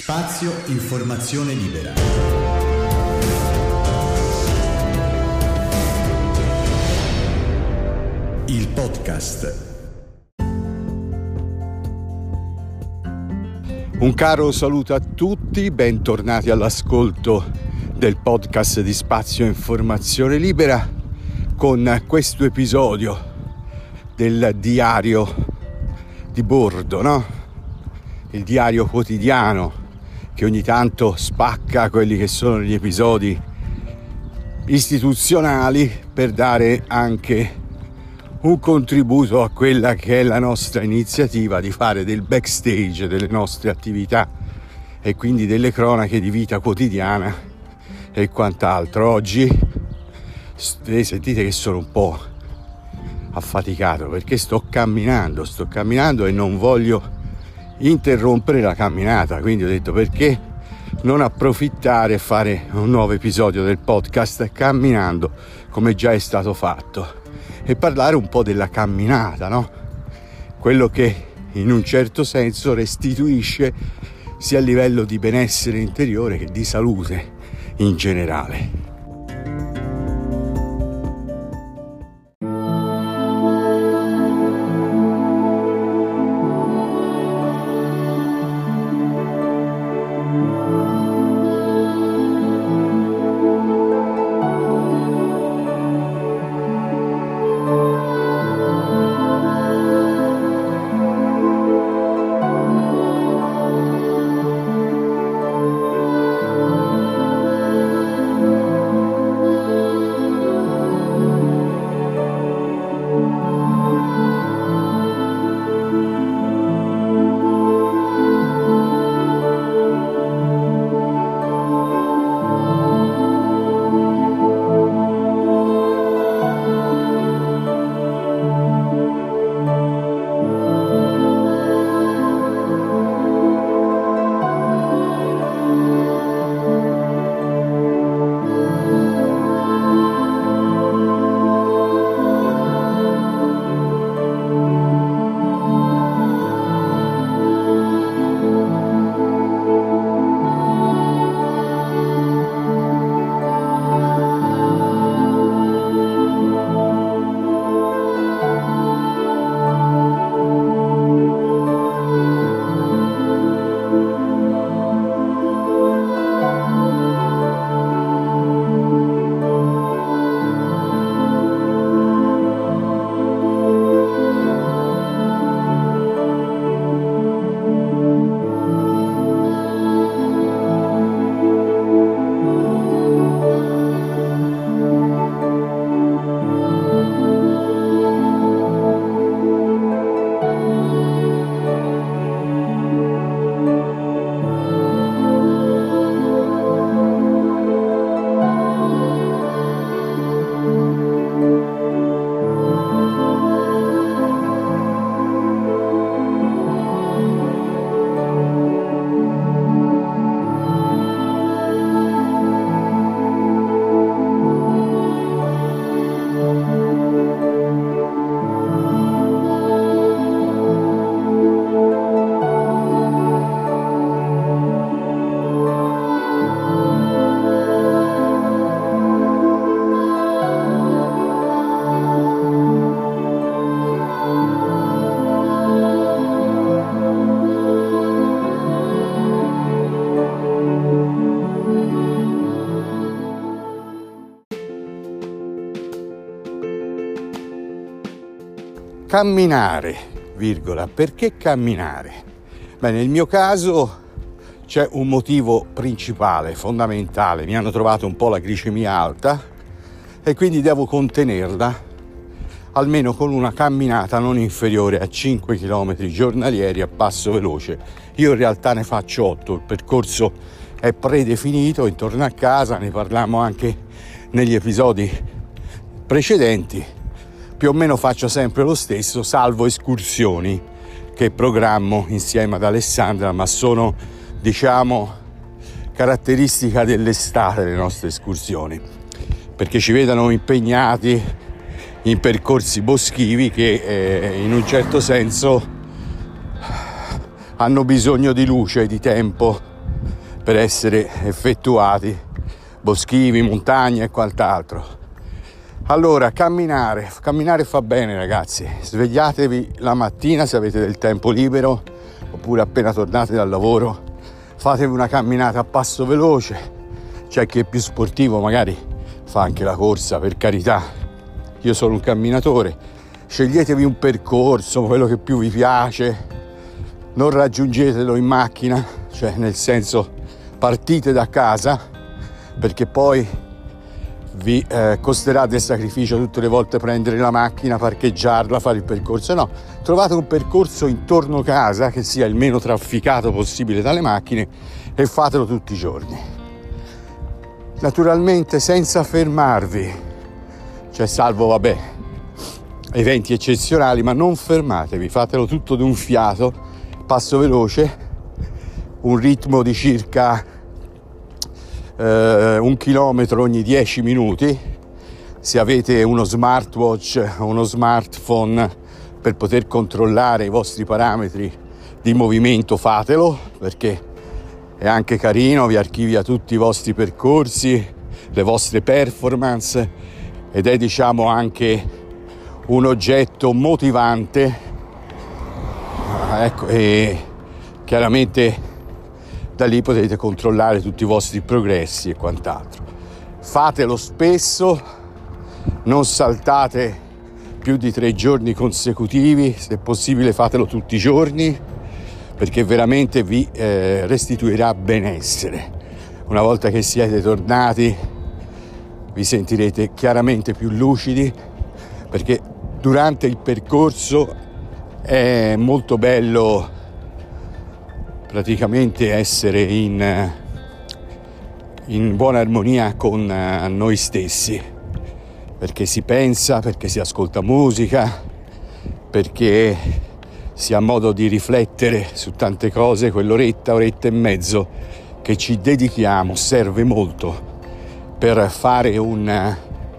Spazio Informazione Libera. Il podcast. Un caro saluto a tutti, bentornati all'ascolto del podcast di Spazio Informazione Libera con questo episodio del diario di bordo, no? Il diario quotidiano che ogni tanto spacca quelli che sono gli episodi istituzionali per dare anche un contributo a quella che è la nostra iniziativa di fare del backstage delle nostre attività e quindi delle cronache di vita quotidiana e quant'altro. Oggi sentite che sono un po' affaticato perché sto camminando e non voglio interrompere la camminata, quindi ho detto perché non approfittare e fare un nuovo episodio del podcast camminando come già è stato fatto e parlare un po' della camminata, no? Quello che in un certo senso restituisce sia a livello di benessere interiore che di salute in generale. Camminare, perché camminare? Beh, nel mio caso c'è un motivo principale, fondamentale. Mi hanno trovato un po' la glicemia alta e quindi devo contenerla almeno con una camminata non inferiore a 5 km giornalieri a passo veloce. Io in realtà ne faccio 8, il percorso è predefinito intorno a casa, ne parliamo anche negli episodi precedenti. Più o meno faccio sempre lo stesso, salvo escursioni che programmo insieme ad Alessandra, ma sono, caratteristica dell'estate le nostre escursioni, perché ci vedono impegnati in percorsi boschivi che in un certo senso hanno bisogno di luce, di tempo per essere effettuati, boschivi, montagne e quant'altro. Allora, camminare fa bene, ragazzi. Svegliatevi la mattina se avete del tempo libero, oppure appena tornate dal lavoro, fatevi una camminata a passo veloce. C'è chi è più sportivo, magari fa anche la corsa, per carità. Io sono un camminatore. Sceglietevi un percorso, quello che più vi piace. Non raggiungetelo in macchina, cioè nel senso partite da casa, perché poi vi costerà del sacrificio tutte le volte prendere la macchina, parcheggiarla, fare il percorso. No, trovate un percorso intorno casa che sia il meno trafficato possibile dalle macchine e fatelo tutti i giorni. Naturalmente senza fermarvi, cioè salvo eventi eccezionali, ma non fermatevi, fatelo tutto d'un fiato, passo veloce, un ritmo di circa 1 chilometro ogni 10 minuti. Se avete uno smartwatch o uno smartphone per poter controllare i vostri parametri di movimento, fatelo, perché è anche carino, vi archivia tutti i vostri percorsi, le vostre performance, ed è diciamo anche un oggetto motivante, ecco, e chiaramente da lì potete controllare tutti i vostri progressi e quant'altro. Fatelo spesso, non saltate più di 3 giorni consecutivi, se possibile fatelo tutti i giorni, perché veramente vi restituirà benessere. Una volta che siete tornati vi sentirete chiaramente più lucidi, perché durante il percorso è molto bello praticamente essere in buona armonia con noi stessi, perché si pensa, perché si ascolta musica, perché si ha modo di riflettere su tante cose. Quell'oretta, oretta e mezzo che ci dedichiamo serve molto per fare un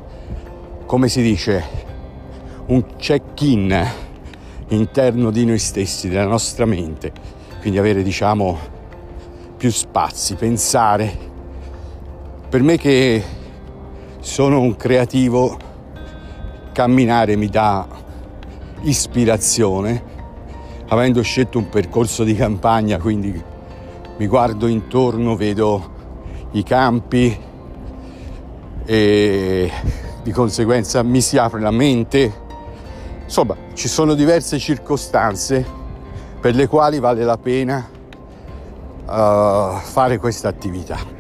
check-in interno di noi stessi, della nostra mente. Quindi avere diciamo più spazi, pensare. Per me che sono un creativo, camminare mi dà ispirazione, avendo scelto un percorso di campagna, quindi mi guardo intorno, vedo i campi e di conseguenza mi si apre la mente. Insomma, ci sono diverse circostanze per le quali vale la pena fare questa attività.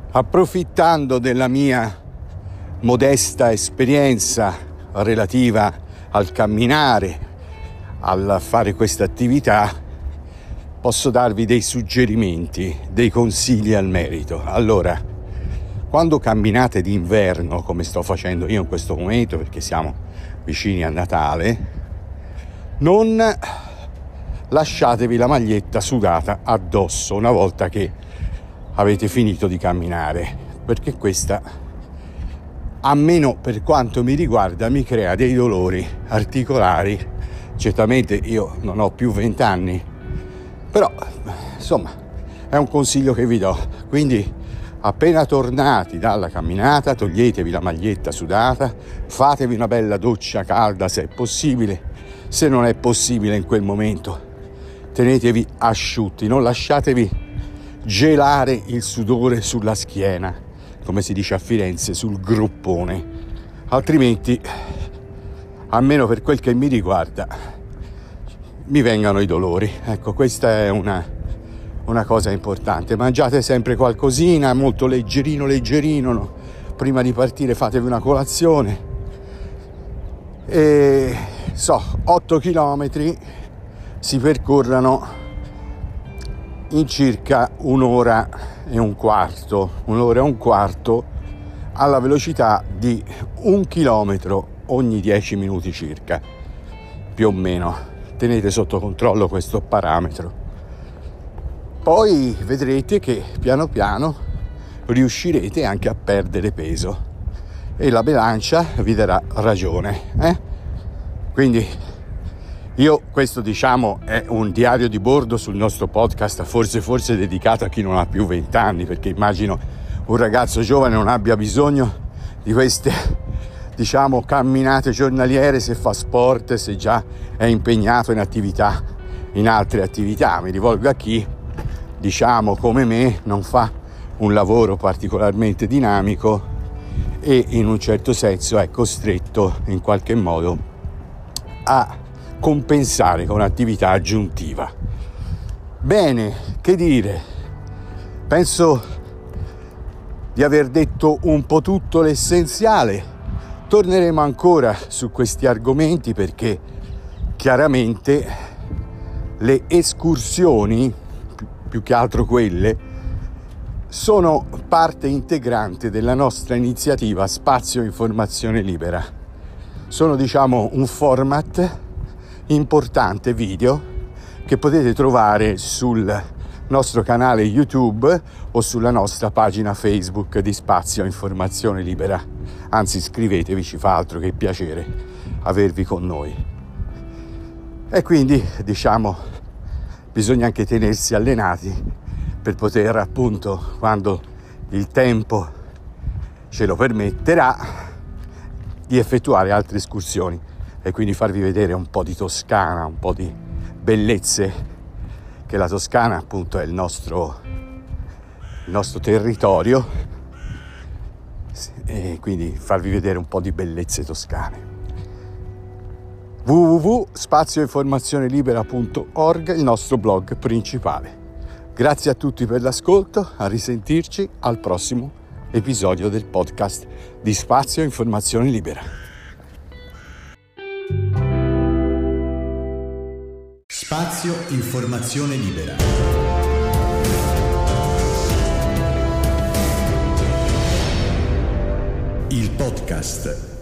approfittando della mia modesta esperienza relativa al camminare, al fare questa attività, posso darvi dei suggerimenti, dei consigli al merito. Allora, quando camminate d'inverno, come sto facendo io in questo momento perché siamo vicini a Natale, non lasciatevi la maglietta sudata addosso una volta che avete finito di camminare, perché questa, almeno per quanto mi riguarda, mi crea dei dolori articolari. Certamente io non ho più 20 anni, però insomma è un consiglio che vi do. Quindi appena tornati dalla camminata toglietevi la maglietta sudata, fatevi una bella doccia calda se è possibile. Se non è possibile in quel momento tenetevi asciutti, non lasciatevi gelare il sudore sulla schiena, come si dice a Firenze, sul groppone, altrimenti, almeno per quel che mi riguarda, mi vengano i dolori. Ecco, questa è una cosa importante. Mangiate sempre qualcosina, molto leggerino, no? Prima di partire fatevi una colazione. E 8 chilometri si percorrono in circa un'ora e un quarto alla velocità di 1 chilometro ogni 10 minuti circa, più o meno. Tenete sotto controllo questo parametro, poi vedrete che piano piano riuscirete anche a perdere peso e la bilancia vi darà ragione, Quindi questo diciamo è un diario di bordo sul nostro podcast, forse dedicato a chi non ha più 20 anni, perché immagino un ragazzo giovane non abbia bisogno di queste, diciamo, camminate giornaliere se fa sport, se già è impegnato in altre attività. Mi rivolgo a chi, diciamo, come me, non fa un lavoro particolarmente dinamico e in un certo senso è costretto in qualche modo a compensare con un'attività aggiuntiva. Bene, che dire? Penso di aver detto un po' tutto l'essenziale. Torneremo ancora su questi argomenti perché chiaramente le escursioni, più che altro quelle, sono parte integrante della nostra iniziativa Spazio Informazione Libera. Sono, diciamo, un format importante video che potete trovare sul nostro canale YouTube o sulla nostra pagina Facebook di Spazio Informazione Libera. Anzi, iscrivetevi, ci fa altro che piacere avervi con noi. E quindi, diciamo, bisogna anche tenersi allenati per poter, appunto, quando il tempo ce lo permetterà, di effettuare altre escursioni e quindi farvi vedere un po' di Toscana, un po' di bellezze, che la Toscana appunto è il nostro territorio, e quindi farvi vedere un po' di bellezze toscane. www.spazioinformazionelibera.org, il nostro blog principale. Grazie a tutti per l'ascolto, a risentirci al prossimo episodio del podcast di Spazio Informazione Libera. Spazio Informazione Libera. Il podcast.